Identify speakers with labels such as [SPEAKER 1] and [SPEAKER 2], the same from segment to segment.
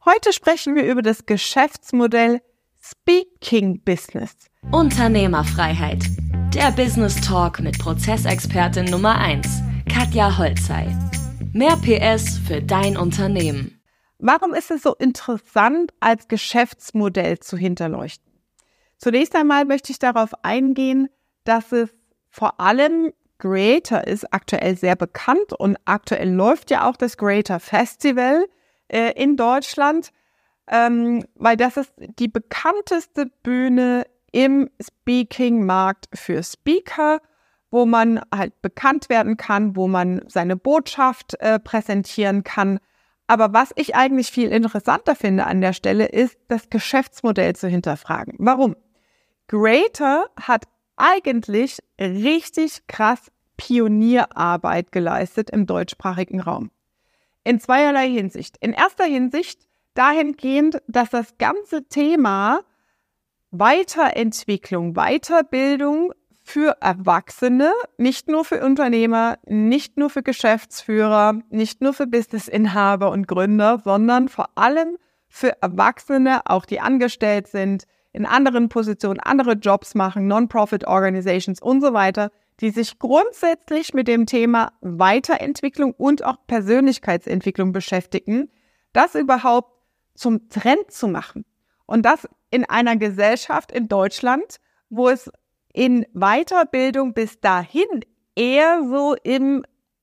[SPEAKER 1] Heute sprechen wir über das Geschäftsmodell Speaking Business.
[SPEAKER 2] Unternehmerfreiheit. Der Business Talk mit Prozessexpertin Nummer 1, Katja Holzei. Mehr PS für dein Unternehmen.
[SPEAKER 1] Warum ist es so interessant, als Geschäftsmodell zu hinterleuchten? Zunächst einmal möchte ich darauf eingehen, dass es vor allem Greater ist, aktuell sehr bekannt, und aktuell läuft ja auch das Greater Festival in Deutschland, weil das ist die bekannteste Bühne im Speaking-Markt für Speaker, wo man halt bekannt werden kann, wo man seine Botschaft präsentieren kann. Aber was ich eigentlich viel interessanter finde an der Stelle, ist, das Geschäftsmodell zu hinterfragen. Warum? Greater hat eigentlich richtig krass Pionierarbeit geleistet im deutschsprachigen Raum. In zweierlei Hinsicht. In erster Hinsicht dahingehend, dass das ganze Thema Weiterentwicklung, Weiterbildung für Erwachsene, nicht nur für Unternehmer, nicht nur für Geschäftsführer, nicht nur für Businessinhaber und Gründer, sondern vor allem für Erwachsene, auch die angestellt sind, in anderen Positionen, andere Jobs machen, Non-Profit-Organizations und so weiter, die sich grundsätzlich mit dem Thema Weiterentwicklung und auch Persönlichkeitsentwicklung beschäftigen, das überhaupt zum Trend zu machen. Und das in einer Gesellschaft in Deutschland, wo es in Weiterbildung bis dahin eher so im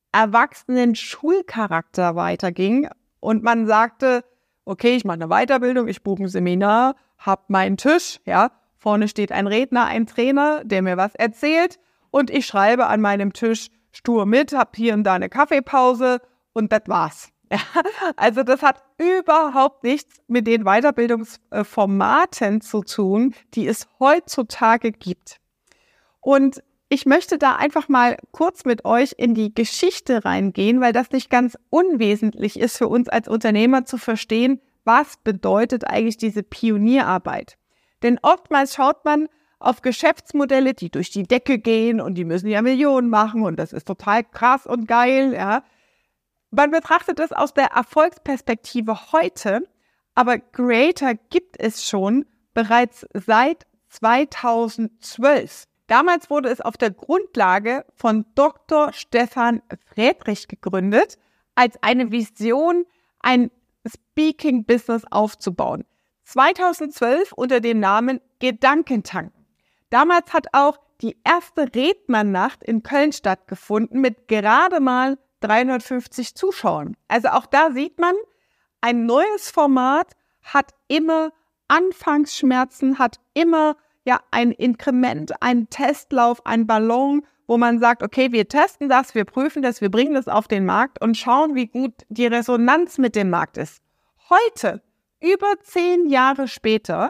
[SPEAKER 1] Erwachsenen-Schulcharakter weiterging und man sagte, okay, ich mache eine Weiterbildung, ich buche ein Seminar, habe meinen Tisch, ja, vorne steht ein Redner, ein Trainer, der mir was erzählt und ich schreibe an meinem Tisch stur mit, habe hier und da eine Kaffeepause und das war's. Ja, also das hat überhaupt nichts mit den Weiterbildungsformaten zu tun, die es heutzutage gibt. Und ich möchte da einfach mal kurz mit euch in die Geschichte reingehen, weil das nicht ganz unwesentlich ist für uns als Unternehmer zu verstehen, was bedeutet eigentlich diese Pionierarbeit. Denn oftmals schaut man auf Geschäftsmodelle, die durch die Decke gehen und die müssen ja Millionen machen und das ist total krass und geil, ja. Man betrachtet es aus der Erfolgsperspektive heute, aber Greater gibt es schon bereits seit 2012. Damals wurde es auf der Grundlage von Dr. Stefan Friedrich gegründet, als eine Vision, ein Speaking-Business aufzubauen. 2012 unter dem Namen Gedankentanken. Damals hat auch die erste Rednernacht in Köln stattgefunden mit gerade mal 350 Zuschauern. Also auch da sieht man, ein neues Format hat immer Anfangsschmerzen, hat immer ein Inkrement, einen Testlauf, einen Ballon, wo man sagt, okay, wir testen das, wir prüfen das, wir bringen das auf den Markt und schauen, wie gut die Resonanz mit dem Markt ist. Heute, über 10 Jahre später,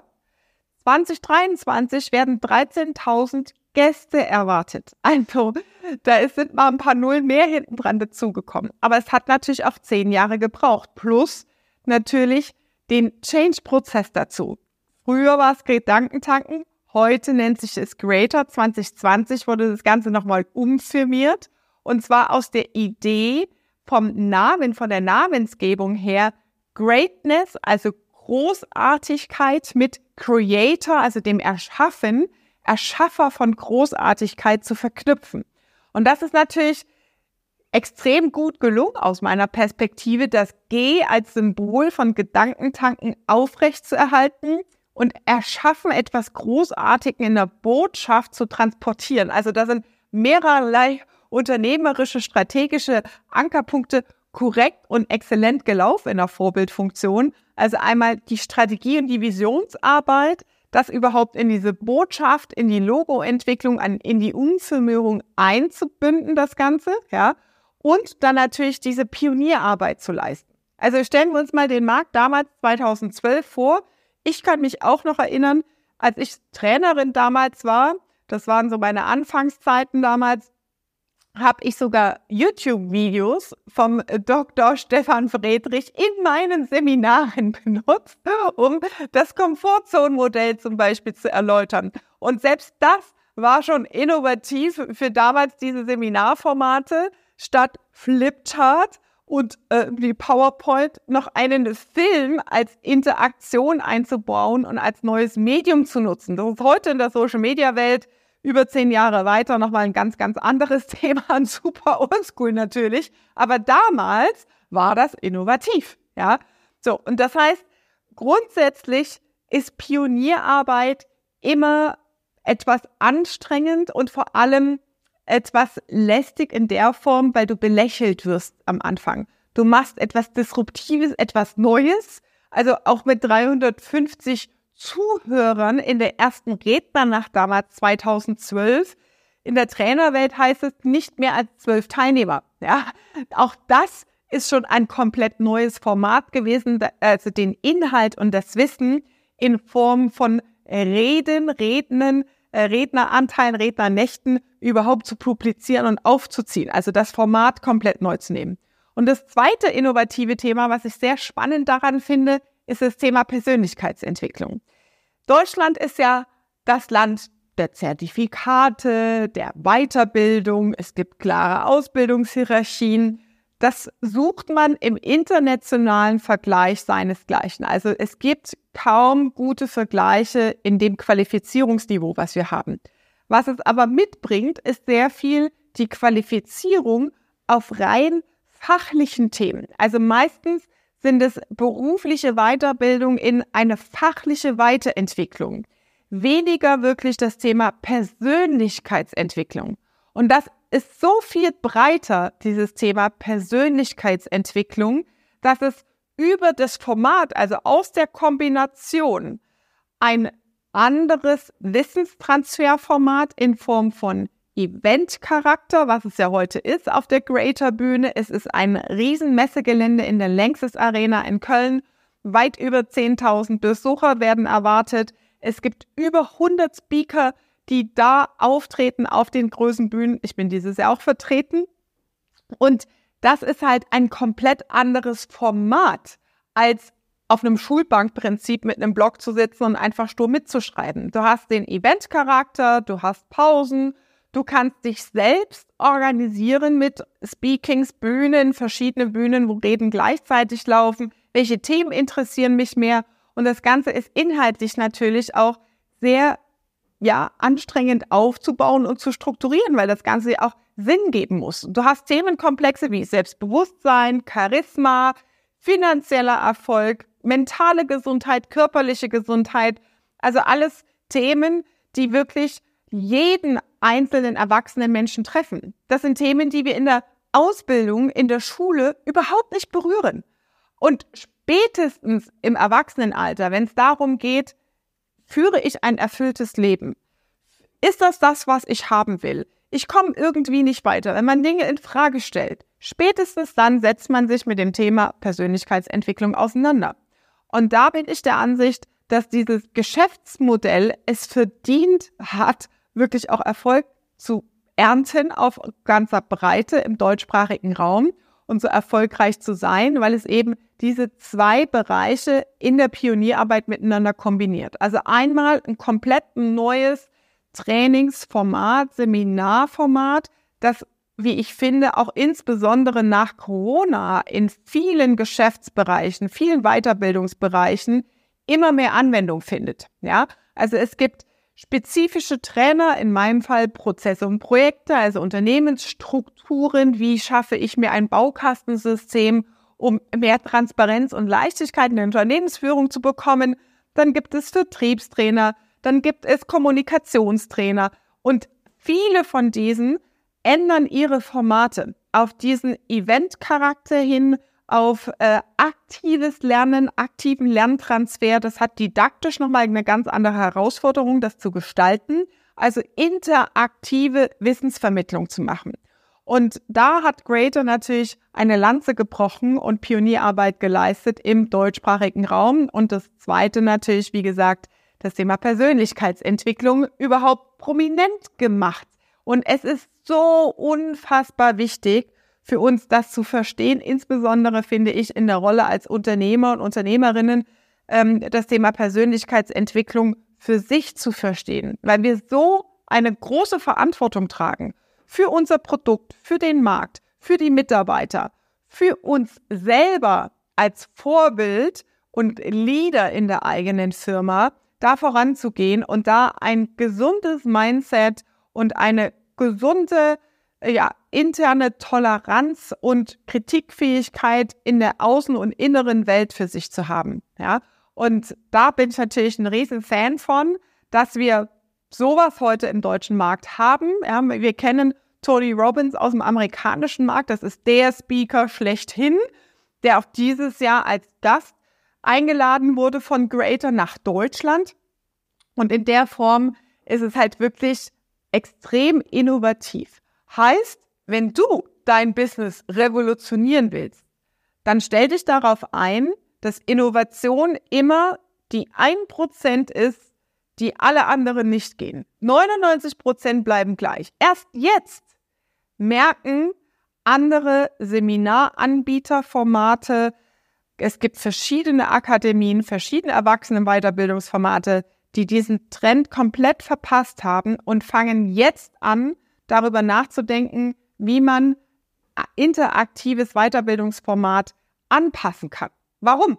[SPEAKER 1] 2023, werden 13.000 Gäste erwartet. Also, da sind mal ein paar Nullen mehr hinten dran dazugekommen. Aber es hat natürlich auch 10 Jahre gebraucht. Plus natürlich den Change-Prozess dazu. Früher war es Gedankentanken, heute nennt sich es Greater. 2020 wurde das Ganze nochmal umfirmiert. Und zwar aus der Idee vom Namen, von der Namensgebung her, Greatness, also Großartigkeit mit Creator, also dem Erschaffer von Großartigkeit zu verknüpfen. Und das ist natürlich extrem gut gelungen aus meiner Perspektive, das G als Symbol von Gedankentanken aufrechtzuerhalten und erschaffen, etwas Großartiges in der Botschaft zu transportieren. Also da sind mehrerlei unternehmerische, strategische Ankerpunkte korrekt und exzellent gelaufen in der Vorbildfunktion. Also einmal die Strategie und die Visionsarbeit, das überhaupt in diese Botschaft, in die Logoentwicklung, in die Umfirmierung einzubinden, das Ganze, ja, und dann natürlich diese Pionierarbeit zu leisten. Also stellen wir uns mal den Markt damals 2012 vor. Ich kann mich auch noch erinnern, als ich Trainerin damals war, das waren so meine Anfangszeiten damals, habe ich sogar YouTube-Videos vom Dr. Stefan Friedrich in meinen Seminaren benutzt, um das Komfortzonenmodell zum Beispiel zu erläutern. Und selbst das war schon innovativ für damals diese Seminarformate statt Flipchart und die PowerPoint noch einen Film als Interaktion einzubauen und als neues Medium zu nutzen. Das ist heute in der Social-Media-Welt über 10 Jahre weiter nochmal ein ganz, ganz anderes Thema, ein super oldschool natürlich. Aber damals war das innovativ, ja. So, und das heißt, grundsätzlich ist Pionierarbeit immer etwas anstrengend und vor allem etwas lästig in der Form, weil du belächelt wirst am Anfang. Du machst etwas Disruptives, etwas Neues. Also auch mit 350 Zuhörern in der ersten Rednernacht damals 2012. In der Trainerwelt heißt es nicht mehr als 12 Teilnehmer. Ja, auch das ist schon ein komplett neues Format gewesen, also den Inhalt und das Wissen in Form von Redneranteilen, Rednernächten überhaupt zu publizieren und aufzuziehen. Also das Format komplett neu zu nehmen. Und das zweite innovative Thema, was ich sehr spannend daran finde, ist das Thema Persönlichkeitsentwicklung. Deutschland ist ja das Land der Zertifikate, der Weiterbildung. Es gibt klare Ausbildungshierarchien. Das sucht man im internationalen Vergleich seinesgleichen. Also es gibt kaum gute Vergleiche in dem Qualifizierungsniveau, was wir haben. Was es aber mitbringt, ist sehr viel die Qualifizierung auf rein fachlichen Themen. Also meistens sind es berufliche Weiterbildung in eine fachliche Weiterentwicklung. Weniger wirklich das Thema Persönlichkeitsentwicklung. Und das ist so viel breiter, dieses Thema Persönlichkeitsentwicklung, dass es über das Format, also aus der Kombination, ein anderes Wissenstransferformat in Form von Eventcharakter, was es ja heute ist auf der Creator-Bühne. Es ist ein Riesenmessegelände in der Lanxess Arena in Köln. Weit über 10.000 Besucher werden erwartet. Es gibt über 100 Speaker, die da auftreten auf den großen Bühnen. Ich bin dieses Jahr auch vertreten. Und das ist halt ein komplett anderes Format, als auf einem Schulbankprinzip mit einem Blog zu sitzen und einfach stur mitzuschreiben. Du hast den Eventcharakter, du hast Pausen, du kannst dich selbst organisieren mit Speakings, Bühnen, verschiedene Bühnen, wo Reden gleichzeitig laufen. Welche Themen interessieren mich mehr? Und das Ganze ist inhaltlich natürlich auch sehr anstrengend aufzubauen und zu strukturieren, weil das Ganze ja auch Sinn geben muss. Du hast Themenkomplexe wie Selbstbewusstsein, Charisma, finanzieller Erfolg, mentale Gesundheit, körperliche Gesundheit, also alles Themen, die wirklich jeden einzelnen erwachsenen Menschen treffen. Das sind Themen, die wir in der Ausbildung, in der Schule überhaupt nicht berühren. Und spätestens im Erwachsenenalter, wenn es darum geht, führe ich ein erfülltes Leben? Ist das, was ich haben will? Ich komme irgendwie nicht weiter, wenn man Dinge in Frage stellt. Spätestens dann setzt man sich mit dem Thema Persönlichkeitsentwicklung auseinander. Und da bin ich der Ansicht, dass dieses Geschäftsmodell es verdient hat, wirklich auch Erfolg zu ernten auf ganzer Breite im deutschsprachigen Raum und so erfolgreich zu sein, weil es eben diese zwei Bereiche in der Pionierarbeit miteinander kombiniert. Also einmal ein komplett neues Trainingsformat, Seminarformat, das, wie ich finde, auch insbesondere nach Corona in vielen Geschäftsbereichen, vielen Weiterbildungsbereichen immer mehr Anwendung findet. Ja, also es gibt spezifische Trainer, in meinem Fall Prozesse und Projekte, also Unternehmensstrukturen. Wie schaffe ich mir ein Baukastensystem, um mehr Transparenz und Leichtigkeit in der Unternehmensführung zu bekommen? Dann gibt es Vertriebstrainer, dann gibt es Kommunikationstrainer und viele von diesen ändern ihre Formate auf diesen Eventcharakter hin, auf aktives Lernen, aktiven Lerntransfer. Das hat didaktisch nochmal eine ganz andere Herausforderung, das zu gestalten, also interaktive Wissensvermittlung zu machen. Und da hat Creator natürlich eine Lanze gebrochen und Pionierarbeit geleistet im deutschsprachigen Raum. Und das Zweite natürlich, wie gesagt, das Thema Persönlichkeitsentwicklung überhaupt prominent gemacht. Und es ist so unfassbar wichtig für uns, das zu verstehen, insbesondere finde ich in der Rolle als Unternehmer und Unternehmerinnen, das Thema Persönlichkeitsentwicklung für sich zu verstehen, weil wir so eine große Verantwortung tragen für unser Produkt, für den Markt, für die Mitarbeiter, für uns selber als Vorbild und Leader in der eigenen Firma da voranzugehen und da ein gesundes Mindset und eine gesunde interne Toleranz und Kritikfähigkeit in der außen- und inneren Welt für sich zu haben. Ja? Und da bin ich natürlich ein riesen Fan von, dass wir sowas heute im deutschen Markt haben. Ja? Wir kennen Tony Robbins aus dem amerikanischen Markt. Das ist der Speaker schlechthin, der auch dieses Jahr als Gast eingeladen wurde von Greater nach Deutschland. Und in der Form ist es halt wirklich extrem innovativ. Heißt, wenn du dein Business revolutionieren willst, dann stell dich darauf ein, dass Innovation immer die 1% ist, die alle anderen nicht gehen. 99% bleiben gleich. Erst jetzt merken andere Seminaranbieterformate, es gibt verschiedene Akademien, verschiedene Erwachsenen-Weiterbildungsformate, die diesen Trend komplett verpasst haben und fangen jetzt an, darüber nachzudenken, wie man interaktives Weiterbildungsformat anpassen kann. Warum?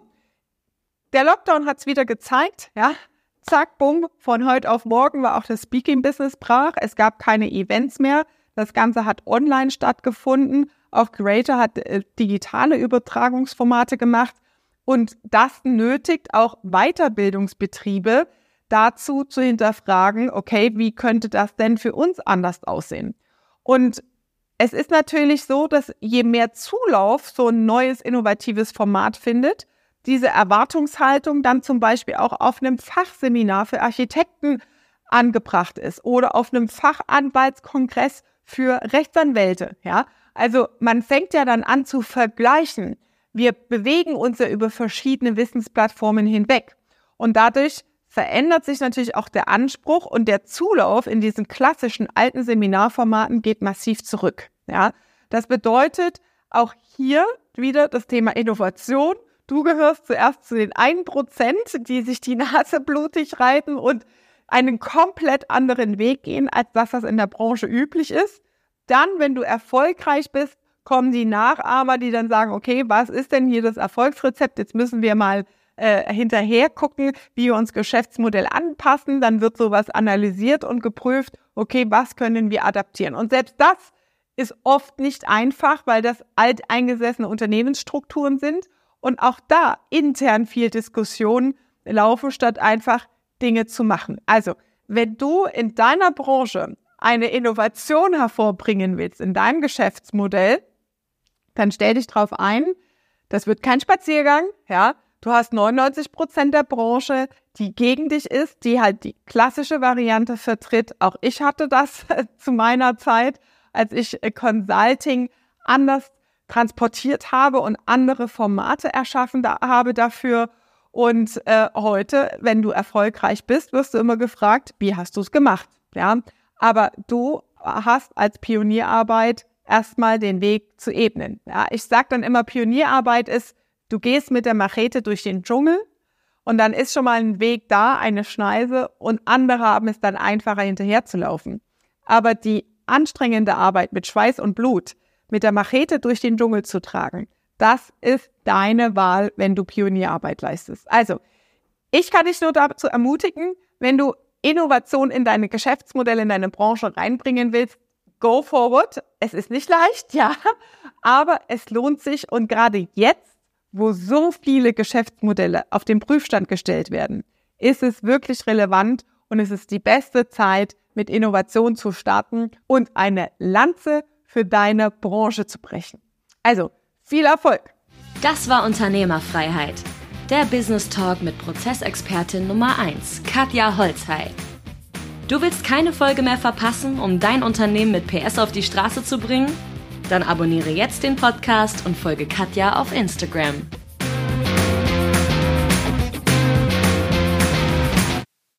[SPEAKER 1] Der Lockdown hat es wieder gezeigt, ja. Zack, bumm, von heute auf morgen war auch das Speaking-Business brach. Es gab keine Events mehr. Das Ganze hat online stattgefunden. Auch Greater hat digitale Übertragungsformate gemacht. Und das nötigt auch Weiterbildungsbetriebe dazu zu hinterfragen, okay, wie könnte das denn für uns anders aussehen? Und es ist natürlich so, dass je mehr Zulauf so ein neues, innovatives Format findet, diese Erwartungshaltung dann zum Beispiel auch auf einem Fachseminar für Architekten angebracht ist oder auf einem Fachanwaltskongress für Rechtsanwälte. Ja? Also man fängt ja dann an zu vergleichen. Wir bewegen uns ja über verschiedene Wissensplattformen hinweg. Und dadurch verändert sich natürlich auch der Anspruch und der Zulauf in diesen klassischen alten Seminarformaten geht massiv zurück. Ja? Das bedeutet auch hier wieder das Thema Innovation. Du gehörst zuerst zu den 1%, die sich die Nase blutig reiten und einen komplett anderen Weg gehen, als das, was in der Branche üblich ist. Dann, wenn du erfolgreich bist, kommen die Nachahmer, die dann sagen, okay, was ist denn hier das Erfolgsrezept? Jetzt müssen wir mal hinterher gucken, wie wir uns Geschäftsmodell anpassen. Dann wird sowas analysiert und geprüft, okay, was können wir adaptieren? Und selbst das ist oft nicht einfach, weil das alteingesessene Unternehmensstrukturen sind und auch da intern viel Diskussionen laufen, statt einfach Dinge zu machen. Also, wenn du in deiner Branche eine Innovation hervorbringen willst, in deinem Geschäftsmodell, dann stell dich drauf ein, das wird kein Spaziergang, ja. Du hast 99% der Branche, die gegen dich ist, die halt die klassische Variante vertritt. Auch ich hatte das zu meiner Zeit, als ich Consulting anders transportiert habe und andere Formate erschaffen habe dafür. Und heute, wenn du erfolgreich bist, wirst du immer gefragt, wie hast du es gemacht? Ja, aber du hast als Pionierarbeit erstmal den Weg zu ebnen. Ja, ich sage dann immer, Pionierarbeit ist, du gehst mit der Machete durch den Dschungel und dann ist schon mal ein Weg da, eine Schneise und andere haben es dann einfacher hinterherzulaufen. Aber die anstrengende Arbeit mit Schweiß und Blut, mit der Machete durch den Dschungel zu tragen, das ist deine Wahl, wenn du Pionierarbeit leistest. Also, ich kann dich nur dazu ermutigen, wenn du Innovation in deine Geschäftsmodelle, in deine Branche reinbringen willst, go forward. Es ist nicht leicht, ja, aber es lohnt sich und gerade jetzt, wo so viele Geschäftsmodelle auf den Prüfstand gestellt werden, ist es wirklich relevant und es ist die beste Zeit, mit Innovation zu starten und eine Lanze für deine Branche zu brechen. Also, viel Erfolg!
[SPEAKER 2] Das war Unternehmerfreiheit. Der Business Talk mit Prozessexpertin Nummer 1, Katja Holzhey. Du willst keine Folge mehr verpassen, um dein Unternehmen mit PS auf die Straße zu bringen? Dann abonniere jetzt den Podcast und folge Katja auf Instagram.